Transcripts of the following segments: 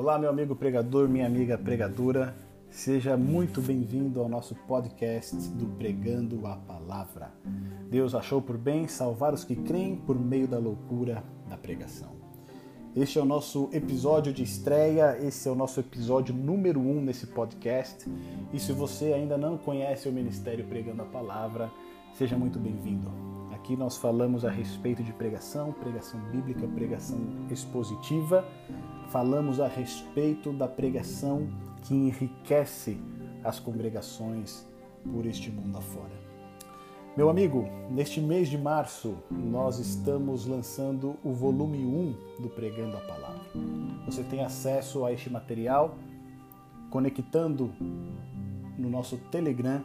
Olá, meu amigo pregador, minha amiga pregadora, seja muito bem-vindo ao nosso podcast do Pregando a Palavra. Deus achou por bem salvar os que creem por meio da loucura da pregação. Este é o nosso episódio de estreia, esse é o nosso episódio número 1 nesse podcast. E se você ainda não conhece o Ministério Pregando a Palavra, seja muito bem-vindo. Aqui nós falamos a respeito de pregação bíblica, pregação expositiva. Falamos a respeito da pregação que enriquece as congregações por este mundo afora. Meu amigo, neste mês de março, nós estamos lançando o volume 1 do Pregando a Palavra. Você tem acesso a este material conectando no nosso Telegram.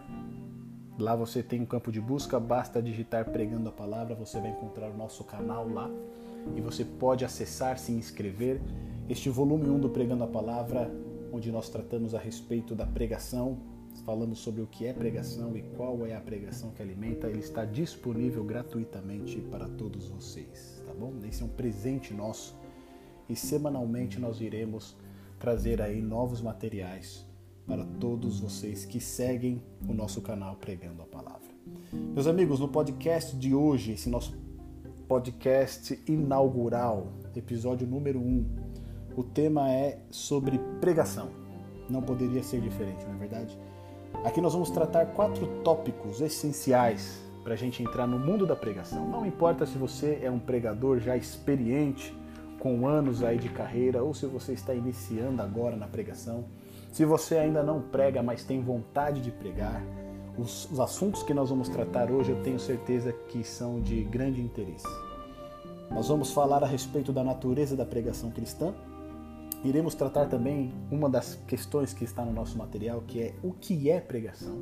Lá você tem um campo de busca, basta digitar Pregando a Palavra, você vai encontrar o nosso canal lá e você pode acessar, se inscrever. Este volume 1 do Pregando a Palavra, onde nós tratamos a respeito da pregação, falamos sobre o que é pregação e qual é a pregação que alimenta, ele está disponível gratuitamente para todos vocês, tá bom? Esse é um presente nosso e semanalmente nós iremos trazer aí novos materiais para todos vocês que seguem o nosso canal Pregando a Palavra. Meus amigos, no podcast de hoje, esse nosso podcast inaugural, episódio número 1, o tema é sobre pregação. Não poderia ser diferente, não é verdade? Aqui nós vamos tratar 4 tópicos essenciais para a gente entrar no mundo da pregação. Não importa se você é um pregador já experiente, com anos aí de carreira, ou se você está iniciando agora na pregação. Se você ainda não prega, mas tem vontade de pregar, os assuntos que nós vamos tratar hoje eu tenho certeza que são de grande interesse. Nós vamos falar a respeito da natureza da pregação cristã. Iremos tratar também uma das questões que está no nosso material, que é o que é pregação.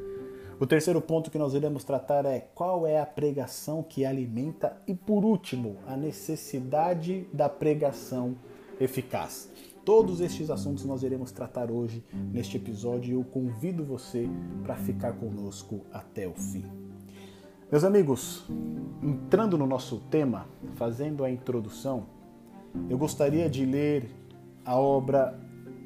O terceiro ponto que nós iremos tratar é qual é a pregação que alimenta e, por último, a necessidade da pregação eficaz. Todos estes assuntos nós iremos tratar hoje neste episódio e eu convido você para ficar conosco até o fim. Meus amigos, entrando no nosso tema, fazendo a introdução, eu gostaria de ler a obra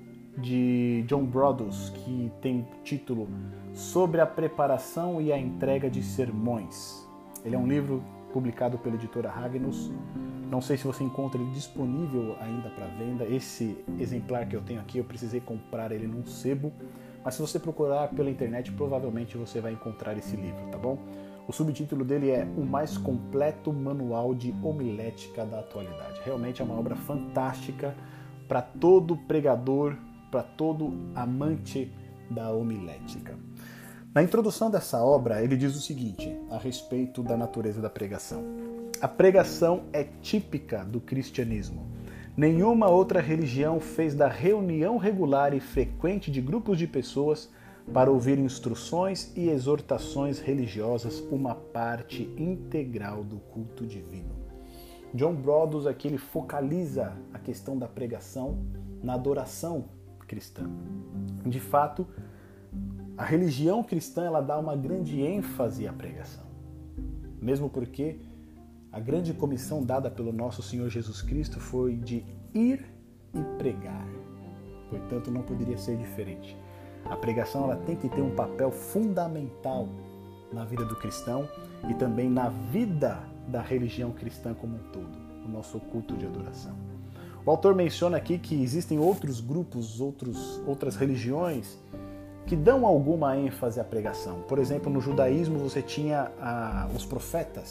de John Broadus, que tem o título Sobre a Preparação e a Entrega de Sermões. Ele é um livro publicado pela editora Ragnus. Não sei se você encontra ele disponível ainda para venda. Esse exemplar que eu tenho aqui, eu precisei comprar ele num sebo, mas se você procurar pela internet, provavelmente você vai encontrar esse livro, tá bom? O subtítulo dele é O Mais Completo Manual de Homilética da Atualidade. Realmente é uma obra fantástica para todo pregador, para todo amante da homilética. Na introdução dessa obra, ele diz o seguinte, a respeito da natureza da pregação. A pregação é típica do cristianismo. Nenhuma outra religião fez da reunião regular e frequente de grupos de pessoas para ouvir instruções e exortações religiosas uma parte integral do culto divino. John Broadus aqui ele focaliza a questão da pregação na adoração cristã. De fato, a religião cristã ela dá uma grande ênfase à pregação. Mesmo porque a grande comissão dada pelo nosso Senhor Jesus Cristo foi de ir e pregar. Portanto, não poderia ser diferente. A pregação ela tem que ter um papel fundamental na vida do cristão e também na vida da religião cristã como um todo, o nosso culto de adoração. O autor menciona aqui que existem outros grupos, outras religiões que dão alguma ênfase à pregação. Por exemplo, no judaísmo você tinha os profetas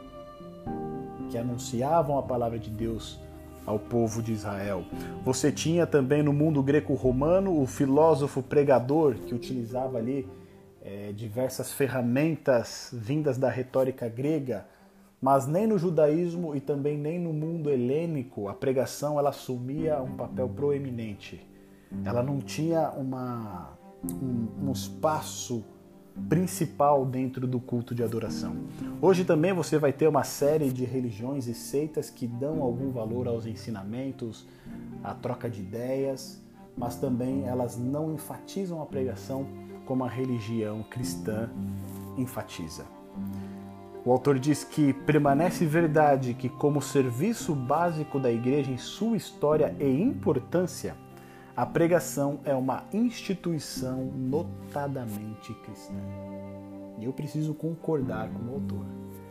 que anunciavam a palavra de Deus ao povo de Israel. Você tinha também no mundo greco-romano o filósofo pregador que utilizava ali diversas ferramentas vindas da retórica grega, mas nem no judaísmo e também nem no mundo helênico a pregação ela assumia um papel proeminente. Ela não tinha um espaço principal dentro do culto de adoração. Hoje também você vai ter uma série de religiões e seitas que dão algum valor aos ensinamentos, à troca de ideias, mas também elas não enfatizam a pregação como a religião cristã enfatiza. O autor diz que permanece verdade que, como serviço básico da igreja em sua história e importância, a pregação é uma instituição notadamente cristã. E eu preciso concordar com o autor.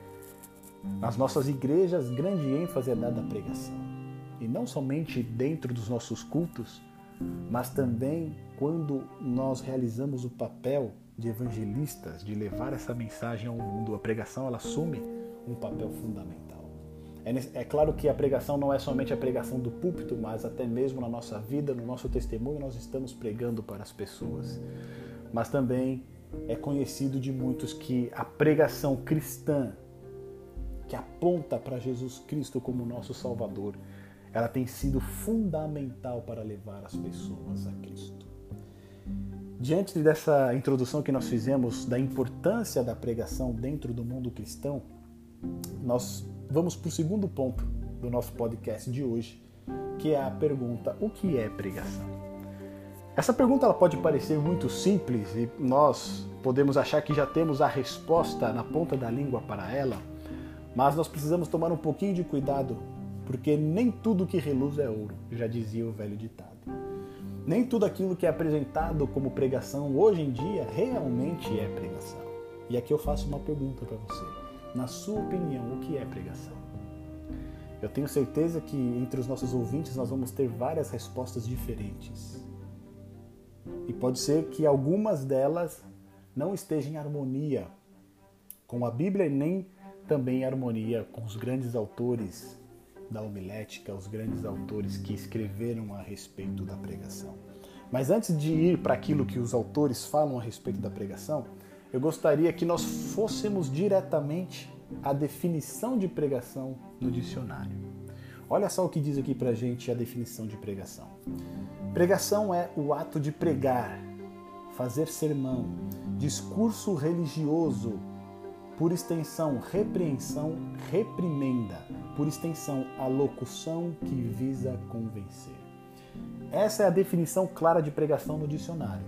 Nas nossas igrejas, grande ênfase é dada à pregação. E não somente dentro dos nossos cultos, mas também quando nós realizamos o papel de evangelistas, de levar essa mensagem ao mundo. A pregação, ela assume um papel fundamental. É claro que a pregação não é somente a pregação do púlpito, mas até mesmo na nossa vida, no nosso testemunho, nós estamos pregando para as pessoas. Mas também é conhecido de muitos que a pregação cristã, que aponta para Jesus Cristo como nosso Salvador, ela tem sido fundamental para levar as pessoas a Cristo. Diante dessa introdução que nós fizemos da importância da pregação dentro do mundo cristão, nós vamos para o segundo ponto do nosso podcast de hoje, que é a pergunta: o que é pregação? Essa pergunta ela pode parecer muito simples e nós podemos achar que já temos a resposta na ponta da língua para ela, mas nós precisamos tomar um pouquinho de cuidado, porque nem tudo que reluz é ouro, já dizia o velho ditado. Nem tudo aquilo que é apresentado como pregação hoje em dia realmente é pregação. E aqui eu faço uma pergunta para você. Na sua opinião, o que é pregação? Eu tenho certeza que entre os nossos ouvintes nós vamos ter várias respostas diferentes. E pode ser que algumas delas não estejam em harmonia com a Bíblia e nem também em harmonia com os grandes autores da homilética, os grandes autores que escreveram a respeito da pregação. Mas antes de ir para aquilo que os autores falam a respeito da pregação, eu gostaria que nós fôssemos diretamente à definição de pregação no dicionário. Olha só o que diz aqui pra gente a definição de pregação. Pregação é o ato de pregar, fazer sermão, discurso religioso, por extensão, repreensão, reprimenda, por extensão, a locução que visa convencer. Essa é a definição clara de pregação no dicionário.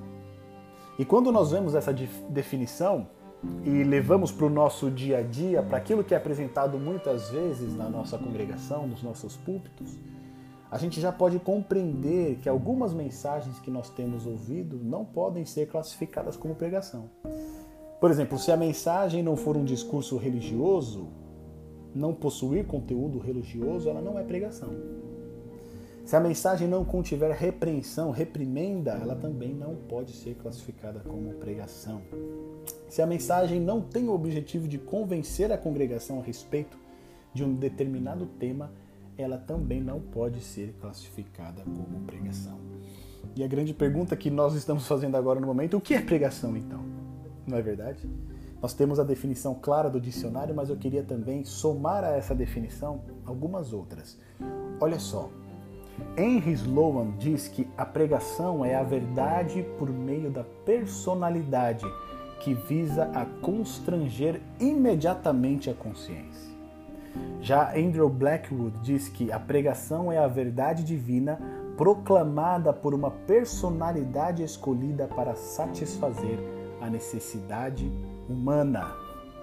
E quando nós vemos essa definição e levamos para o nosso dia a dia, para aquilo que é apresentado muitas vezes na nossa congregação, nos nossos púlpitos, a gente já pode compreender que algumas mensagens que nós temos ouvido não podem ser classificadas como pregação. Por exemplo, se a mensagem não for um discurso religioso, não possuir conteúdo religioso, ela não é pregação. Se a mensagem não contiver repreensão, reprimenda, ela também não pode ser classificada como pregação. Se a mensagem não tem o objetivo de convencer a congregação a respeito de um determinado tema, ela também não pode ser classificada como pregação. E a grande pergunta que nós estamos fazendo agora no momento, o que é pregação então? Não é verdade? Nós temos a definição clara do dicionário, mas eu queria também somar a essa definição algumas outras. Olha só, Henry Sloan diz que a pregação é a verdade por meio da personalidade que visa a constranger imediatamente a consciência. Já Andrew Blackwood diz que a pregação é a verdade divina proclamada por uma personalidade escolhida para satisfazer a necessidade humana.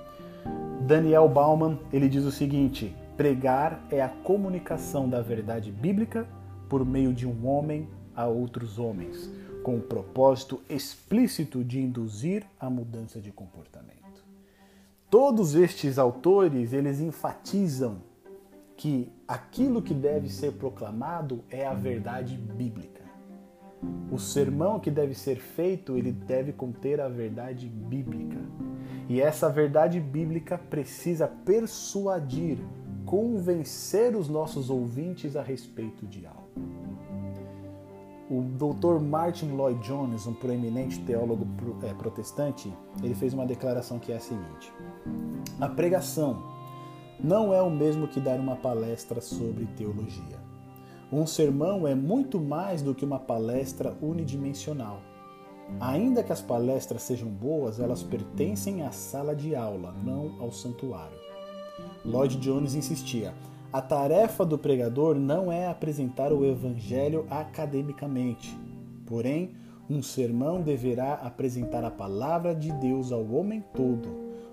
Daniel Bauman, ele diz o seguinte: pregar é a comunicação da verdade bíblica por meio de um homem a outros homens, com o propósito explícito de induzir a mudança de comportamento. Todos estes autores, eles enfatizam que aquilo que deve ser proclamado é a verdade bíblica. O sermão que deve ser feito, ele deve conter a verdade bíblica. E essa verdade bíblica precisa persuadir, convencer os nossos ouvintes a respeito de algo. O Dr. Martin Lloyd Jones, um proeminente teólogo protestante, ele fez uma declaração que é a seguinte: a pregação não é o mesmo que dar uma palestra sobre teologia. Um sermão é muito mais do que uma palestra unidimensional. Ainda que as palestras sejam boas, elas pertencem à sala de aula, não ao santuário. Lloyd Jones insistia: a tarefa do pregador não é apresentar o evangelho academicamente. Porém, um sermão deverá apresentar a palavra de Deus ao homem todo,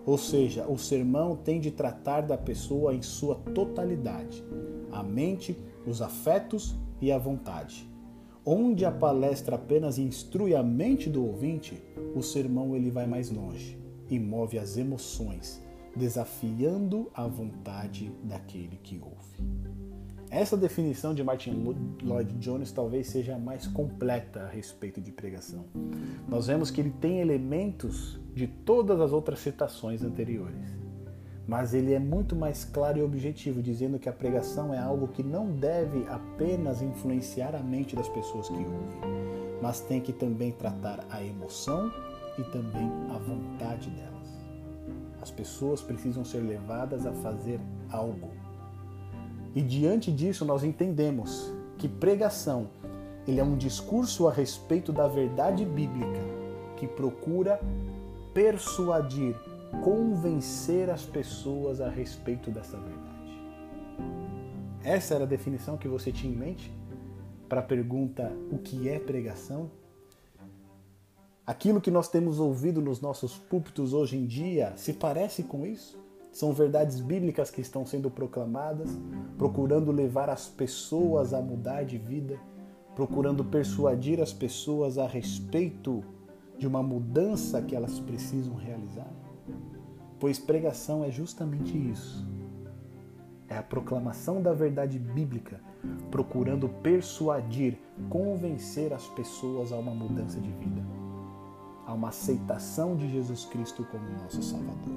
Ou seja, o sermão tem de tratar da pessoa em sua totalidade, a mente, os afetos e a vontade. Onde a palestra apenas instrui a mente do ouvinte, o sermão ele vai mais longe e move as emoções, desafiando a vontade daquele que ouve. Essa definição de Martin Lloyd-Jones talvez seja a mais completa a respeito de pregação. Nós vemos que ele tem elementos de todas as outras citações anteriores, mas ele é muito mais claro e objetivo, dizendo que a pregação é algo que não deve apenas influenciar a mente das pessoas que ouvem, mas tem que também tratar a emoção e também a vontade delas. As pessoas precisam ser levadas a fazer algo. E diante disso nós entendemos que pregação ele é um discurso a respeito da verdade bíblica que procura persuadir, convencer as pessoas a respeito dessa verdade. Essa era a definição que você tinha em mente para a pergunta: o que é pregação? Aquilo que nós temos ouvido nos nossos púlpitos hoje em dia se parece com isso? São verdades bíblicas que estão sendo proclamadas, procurando levar as pessoas a mudar de vida, procurando persuadir as pessoas a respeito de uma mudança que elas precisam realizar? Pois pregação é justamente isso. É a proclamação da verdade bíblica, procurando persuadir, convencer as pessoas a uma mudança de vida, a uma aceitação de Jesus Cristo como nosso Salvador.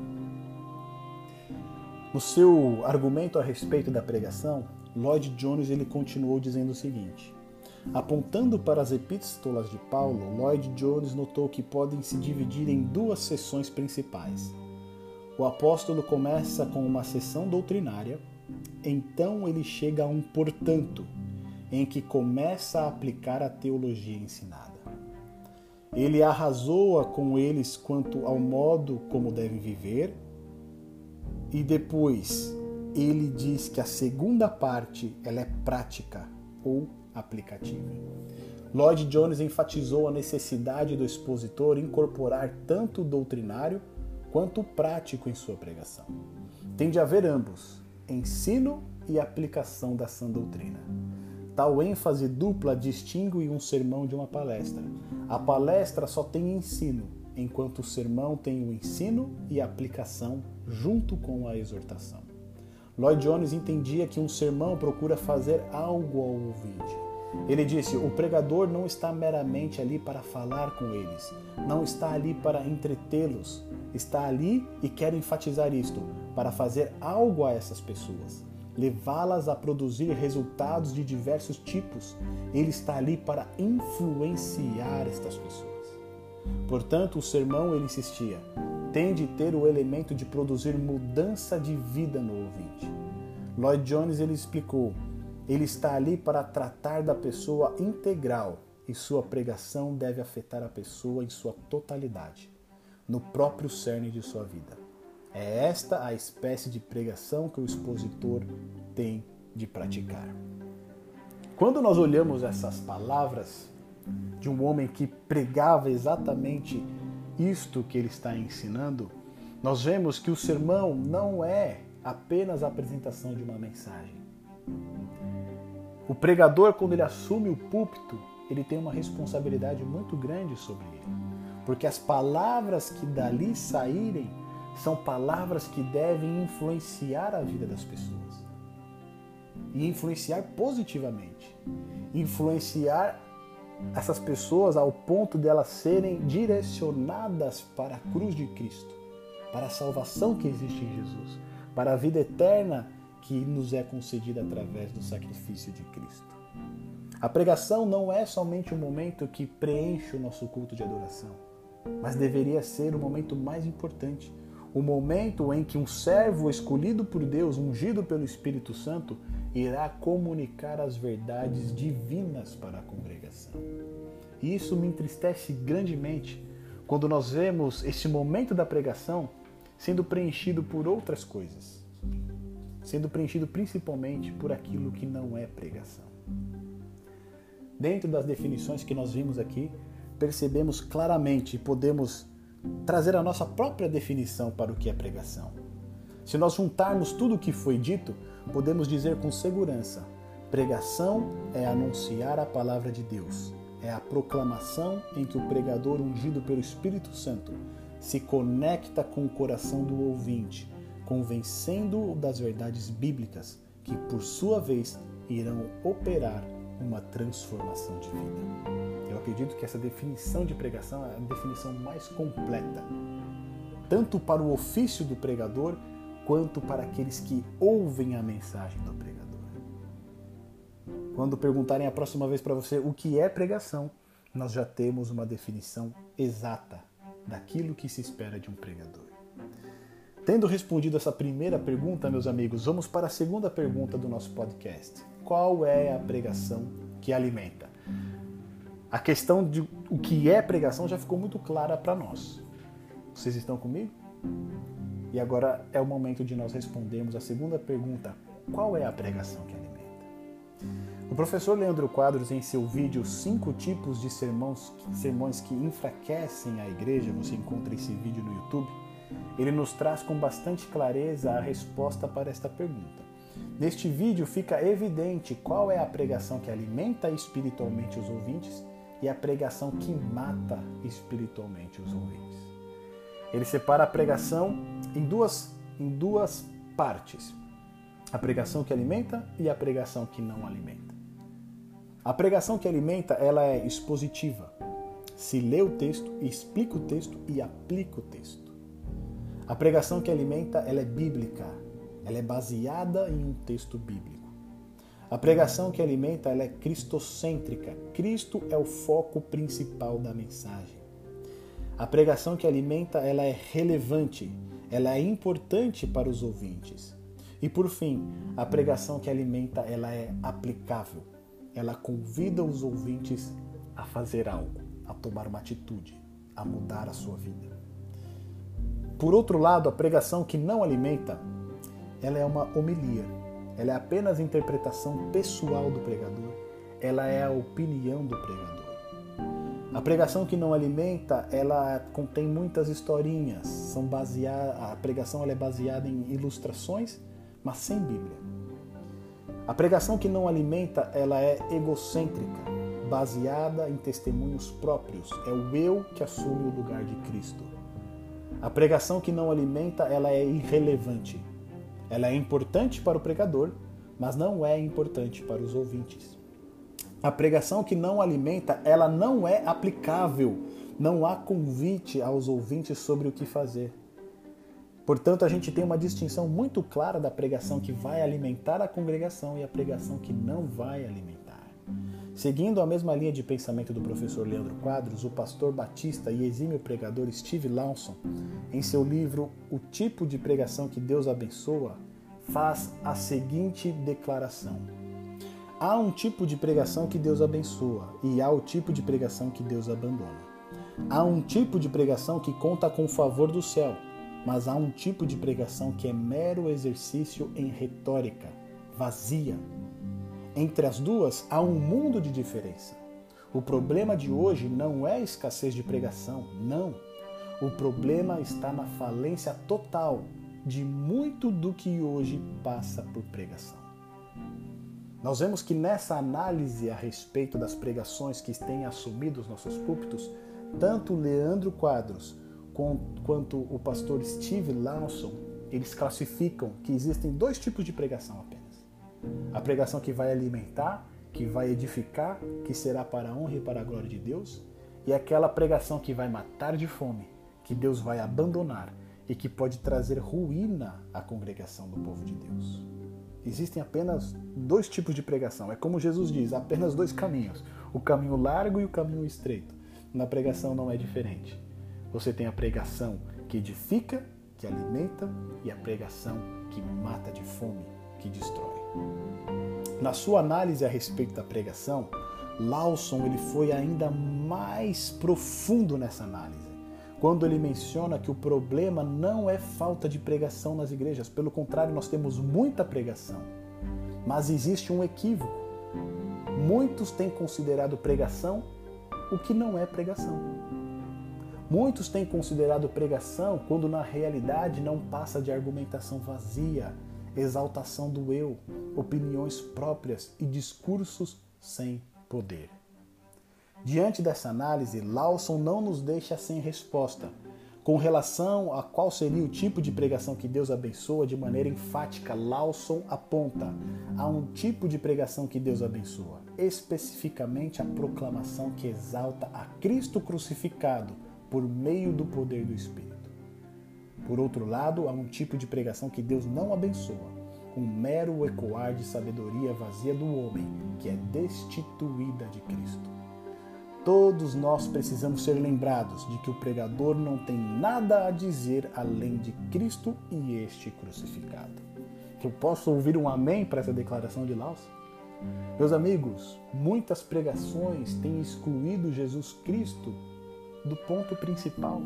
No seu argumento a respeito da pregação, Lloyd-Jones ele continuou dizendo o seguinte: apontando para as epístolas de Paulo, Lloyd-Jones notou que podem se dividir em duas seções principais. O apóstolo começa com uma seção doutrinária, então ele chega a um portanto, em que começa a aplicar a teologia ensinada. Ele arrazoa com eles quanto ao modo como devem viver, e depois ele diz que a segunda parte ela é prática ou aplicativa. Lloyd-Jones enfatizou a necessidade do expositor incorporar tanto o doutrinário quanto o prático em sua pregação. Tem de haver ambos, ensino e aplicação da sã doutrina. Tal ênfase dupla distingue um sermão de uma palestra. A palestra só tem ensino, enquanto o sermão tem o ensino e a aplicação junto com a exortação. Lloyd-Jones entendia que um sermão procura fazer algo ao ouvinte. Ele disse: o pregador não está meramente ali para falar com eles, não está ali para entretê-los, está ali, e quero enfatizar isto, para fazer algo a essas pessoas, levá-las a produzir resultados de diversos tipos. Ele está ali para influenciar estas pessoas. Portanto, o sermão, ele insistia, tem de ter o elemento de produzir mudança de vida no ouvinte. Lloyd-Jones ele explicou: ele está ali para tratar da pessoa integral e sua pregação deve afetar a pessoa em sua totalidade, no próprio cerne de sua vida. É esta a espécie de pregação que o expositor tem de praticar. Quando nós olhamos essas palavras de um homem que pregava exatamente isto que ele está ensinando, nós vemos que o sermão não é apenas a apresentação de uma mensagem. O pregador, quando ele assume o púlpito, ele tem uma responsabilidade muito grande sobre ele, porque as palavras que dali saírem são palavras que devem influenciar a vida das pessoas. E influenciar positivamente. Influenciar essas pessoas ao ponto de elas serem direcionadas para a cruz de Cristo, para a salvação que existe em Jesus, para a vida eterna que nos é concedida através do sacrifício de Cristo. A pregação não é somente um momento que preenche o nosso culto de adoração, mas deveria ser o momento mais importante, o momento em que um servo escolhido por Deus, ungido pelo Espírito Santo, irá comunicar as verdades divinas para a congregação. E isso me entristece grandemente quando nós vemos esse momento da pregação sendo preenchido por outras coisas, sendo preenchido principalmente por aquilo que não é pregação. Dentro das definições que nós vimos aqui, percebemos claramente e podemos trazer a nossa própria definição para o que é pregação. Se nós juntarmos tudo o que foi dito, podemos dizer com segurança: pregação é anunciar a palavra de Deus. É a proclamação em que o pregador, ungido pelo Espírito Santo, se conecta com o coração do ouvinte, convencendo-o das verdades bíblicas, que por sua vez irão operar uma transformação de vida. Eu acredito que essa definição de pregação é a definição mais completa, tanto para o ofício do pregador, quanto para aqueles que ouvem a mensagem do pregador. Quando perguntarem a próxima vez para você o que é pregação, nós já temos uma definição exata daquilo que se espera de um pregador. Tendo respondido essa primeira pergunta, meus amigos, vamos para a segunda pergunta do nosso podcast. Qual é a pregação que alimenta? A questão de o que é pregação já ficou muito clara para nós. Vocês estão comigo? E agora é o momento de nós respondermos a segunda pergunta: qual é a pregação que alimenta? O professor Leandro Quadros, em seu vídeo 5 tipos de sermões que enfraquecem a igreja, você encontra esse vídeo no YouTube, ele nos traz com bastante clareza a resposta para esta pergunta. Neste vídeo fica evidente qual é a pregação que alimenta espiritualmente os ouvintes e a pregação que mata espiritualmente os ouvintes. Ele separa a pregação em duas partes: a pregação que alimenta e a pregação que não alimenta. A pregação que alimenta, ela é expositiva. Se lê o texto, explica o texto e aplica o texto. A pregação que alimenta, ela é bíblica. Ela é baseada em um texto bíblico. A pregação que alimenta, ela é cristocêntrica. Cristo é o foco principal da mensagem. A pregação que alimenta, ela é relevante. Ela é importante para os ouvintes. E por fim, a pregação que alimenta, ela é aplicável. Ela convida os ouvintes a fazer algo, a tomar uma atitude, a mudar a sua vida. Por outro lado, a pregação que não alimenta, ela é uma homilia. Ela é apenas a interpretação pessoal do pregador. Ela é a opinião do pregador. A pregação que não alimenta, ela contém muitas historinhas. A pregação ela é baseada em ilustrações, mas sem Bíblia. A pregação que não alimenta, ela é egocêntrica, baseada em testemunhos próprios. É o eu que assume o lugar de Cristo. A pregação que não alimenta, ela é irrelevante. Ela é importante para o pregador, mas não é importante para os ouvintes. A pregação que não alimenta, ela não é aplicável. Não há convite aos ouvintes sobre o que fazer. Portanto, a gente tem uma distinção muito clara da pregação que vai alimentar a congregação e a pregação que não vai alimentar. Seguindo a mesma linha de pensamento do professor Leandro Quadros, o pastor batista e exímio pregador Steve Lawson, em seu livro O Tipo de Pregação que Deus Abençoa, faz a seguinte declaração: há um tipo de pregação que Deus abençoa e há o tipo de pregação que Deus abandona. Há um tipo de pregação que conta com o favor do céu, mas há um tipo de pregação que é mero exercício em retórica, vazia. Entre as duas, há um mundo de diferença. O problema de hoje não é a escassez de pregação, não. O problema está na falência total de muito do que hoje passa por pregação. Nós vemos que nessa análise a respeito das pregações que têm assumido os nossos púlpitos, tanto Leandro Quadros quanto o pastor Steve Lawson, eles classificam que existem 2 tipos de pregação apenas. A pregação que vai alimentar, que vai edificar, que será para a honra e para a glória de Deus, e aquela pregação que vai matar de fome, que Deus vai abandonar e que pode trazer ruína à congregação do povo de Deus. Existem apenas 2 tipos de pregação. É como Jesus diz, apenas 2 caminhos. O caminho largo e o caminho estreito. Na pregação não é diferente. Você tem a pregação que edifica, que alimenta, e a pregação que mata de fome, que destrói. Na sua análise a respeito da pregação, Lawson ele foi ainda mais profundo nessa análise, quando ele menciona que o problema não é falta de pregação nas igrejas, pelo contrário, nós temos muita pregação, mas existe um equívoco. Muitos têm considerado pregação o que não é pregação. Muitos têm considerado pregação quando na realidade não passa de argumentação vazia, exaltação do eu, opiniões próprias e discursos sem poder. Diante dessa análise, Lawson não nos deixa sem resposta. Com relação a qual seria o tipo de pregação que Deus abençoa, de maneira enfática, Lawson aponta a um tipo de pregação que Deus abençoa, especificamente a proclamação que exalta a Cristo crucificado por meio do poder do Espírito. Por outro lado, há um tipo de pregação que Deus não abençoa, um mero ecoar de sabedoria vazia do homem, que é destituída de Cristo. Todos nós precisamos ser lembrados de que o pregador não tem nada a dizer além de Cristo e este crucificado. Que eu posso ouvir um amém para essa declaração de Lawson? Meus amigos, muitas pregações têm excluído Jesus Cristo do ponto principal.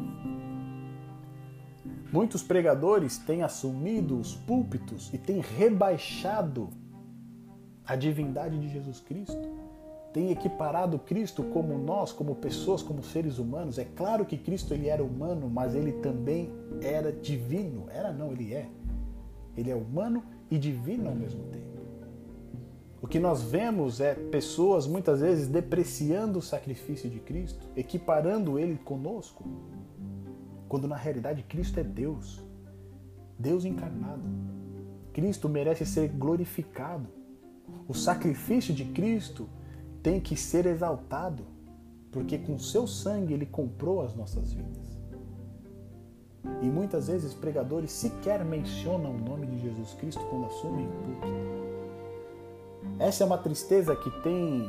Muitos pregadores têm assumido os púlpitos e têm rebaixado a divindade de Jesus Cristo. Tem equiparado Cristo como nós, como pessoas, como seres humanos. É claro que Cristo ele era humano, mas ele também era divino. Ele é. Ele é humano e divino ao mesmo tempo. O que nós vemos é pessoas muitas vezes depreciando o sacrifício de Cristo, equiparando ele conosco, quando na realidade Cristo é Deus. Deus encarnado. Cristo merece ser glorificado. O sacrifício de Cristo tem que ser exaltado, porque com seu sangue ele comprou as nossas vidas. E muitas vezes pregadores sequer mencionam o nome de Jesus Cristo quando assumem o púlpito. Essa é uma tristeza que tem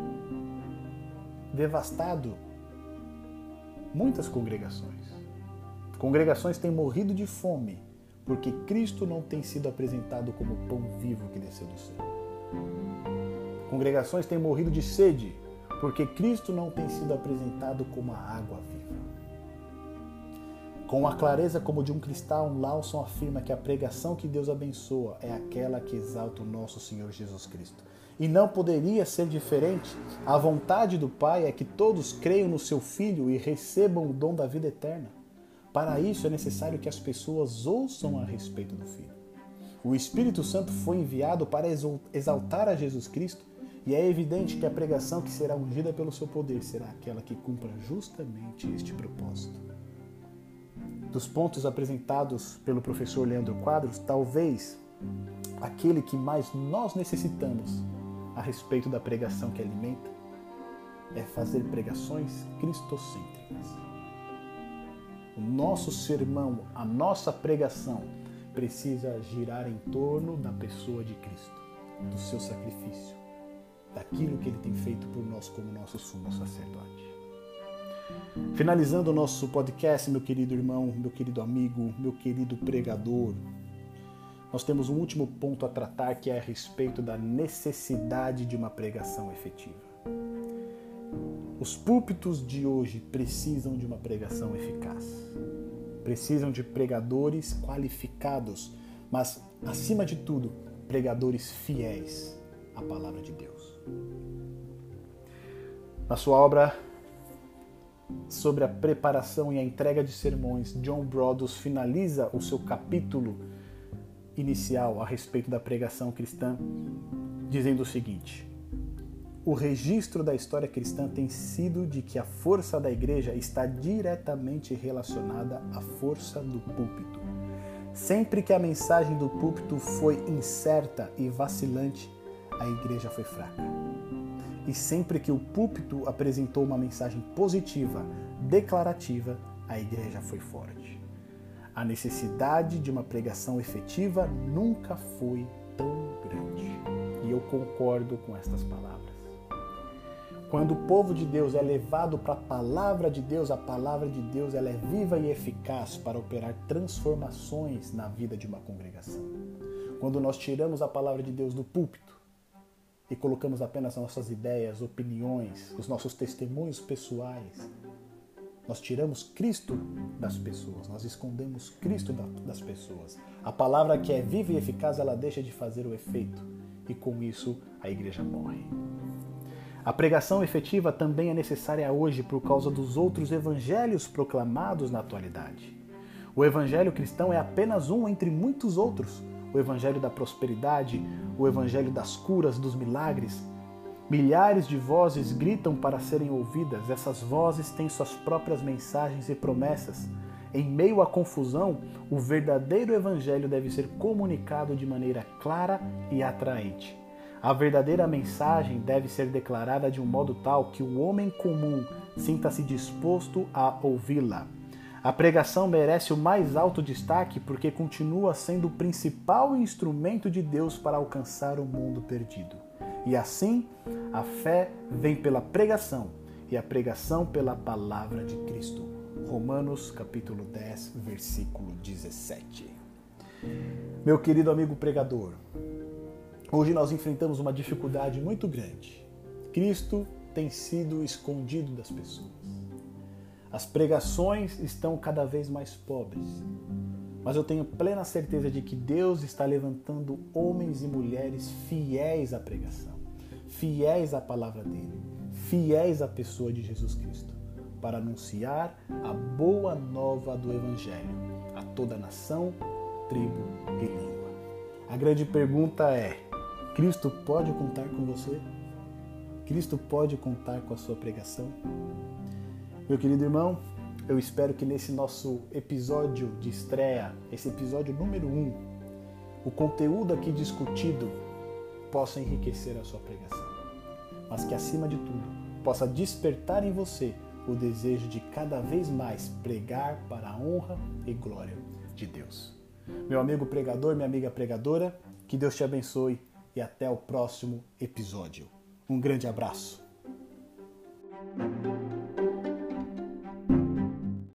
devastado muitas congregações. Congregações têm morrido de fome, porque Cristo não tem sido apresentado como o pão vivo que desceu do céu. Congregações têm morrido de sede, porque Cristo não tem sido apresentado como a água viva. Com a clareza como de um cristal, Lawson afirma que a pregação que Deus abençoa é aquela que exalta o nosso Senhor Jesus Cristo. E não poderia ser diferente. A vontade do Pai é que todos creiam no seu Filho e recebam o dom da vida eterna. Para isso é necessário que as pessoas ouçam a respeito do Filho. O Espírito Santo foi enviado para exaltar a Jesus Cristo. E é evidente que a pregação que será ungida pelo seu poder será aquela que cumpra justamente este propósito. Dos pontos apresentados pelo professor Leandro Quadros, talvez aquele que mais nós necessitamos a respeito da pregação que alimenta é fazer pregações cristocêntricas. O nosso sermão, a nossa pregação precisa girar em torno da pessoa de Cristo, do seu sacrifício, daquilo que ele tem feito por nós como nosso sumo sacerdote. Finalizando o nosso podcast, meu querido irmão, meu querido amigo, meu querido pregador, nós temos um último ponto a tratar, que é a respeito da necessidade de uma pregação efetiva. Os púlpitos de hoje precisam de uma pregação eficaz. Precisam de pregadores qualificados, mas, acima de tudo, pregadores fiéis à palavra de Deus. Na sua obra sobre a preparação e a entrega de sermões, John Broadus finaliza o seu capítulo inicial a respeito da pregação cristã, dizendo o seguinte: o registro da história cristã tem sido de que a força da igreja está diretamente relacionada à força do púlpito. Sempre que a mensagem do púlpito foi incerta e vacilante, a igreja foi fraca. E sempre que o púlpito apresentou uma mensagem positiva, declarativa, a igreja foi forte. A necessidade de uma pregação efetiva nunca foi tão grande. E eu concordo com estas palavras. Quando o povo de Deus é levado para a palavra de Deus, a palavra de Deus ela é viva e eficaz para operar transformações na vida de uma congregação. Quando nós tiramos a palavra de Deus do púlpito e colocamos apenas as nossas ideias, opiniões, os nossos testemunhos pessoais, nós tiramos Cristo das pessoas, nós escondemos Cristo das pessoas. A palavra que é viva e eficaz, ela deixa de fazer o efeito e com isso a igreja morre. A pregação efetiva também é necessária hoje por causa dos outros evangelhos proclamados na atualidade. O evangelho cristão é apenas um entre muitos outros. O evangelho da prosperidade, o evangelho das curas, dos milagres. Milhares de vozes gritam para serem ouvidas. Essas vozes têm suas próprias mensagens e promessas. Em meio à confusão, o verdadeiro evangelho deve ser comunicado de maneira clara e atraente. A verdadeira mensagem deve ser declarada de um modo tal que o homem comum sinta-se disposto a ouvi-la. A pregação merece o mais alto destaque porque continua sendo o principal instrumento de Deus para alcançar o mundo perdido. E assim, a fé vem pela pregação e a pregação pela palavra de Cristo. Romanos capítulo 10, versículo 17. Meu querido amigo pregador, hoje nós enfrentamos uma dificuldade muito grande. Cristo tem sido escondido das pessoas. As pregações estão cada vez mais pobres. Mas eu tenho plena certeza de que Deus está levantando homens e mulheres fiéis à pregação, fiéis à palavra dele, fiéis à pessoa de Jesus Cristo, para anunciar a boa nova do Evangelho a toda nação, tribo e língua. A grande pergunta é: Cristo pode contar com você? Cristo pode contar com a sua pregação? Meu querido irmão, eu espero que nesse nosso episódio de estreia, esse episódio número 1, o conteúdo aqui discutido possa enriquecer a sua pregação, mas que acima de tudo possa despertar em você o desejo de cada vez mais pregar para a honra e glória de Deus. Meu amigo pregador, minha amiga pregadora, que Deus te abençoe e até o próximo episódio. Um grande abraço.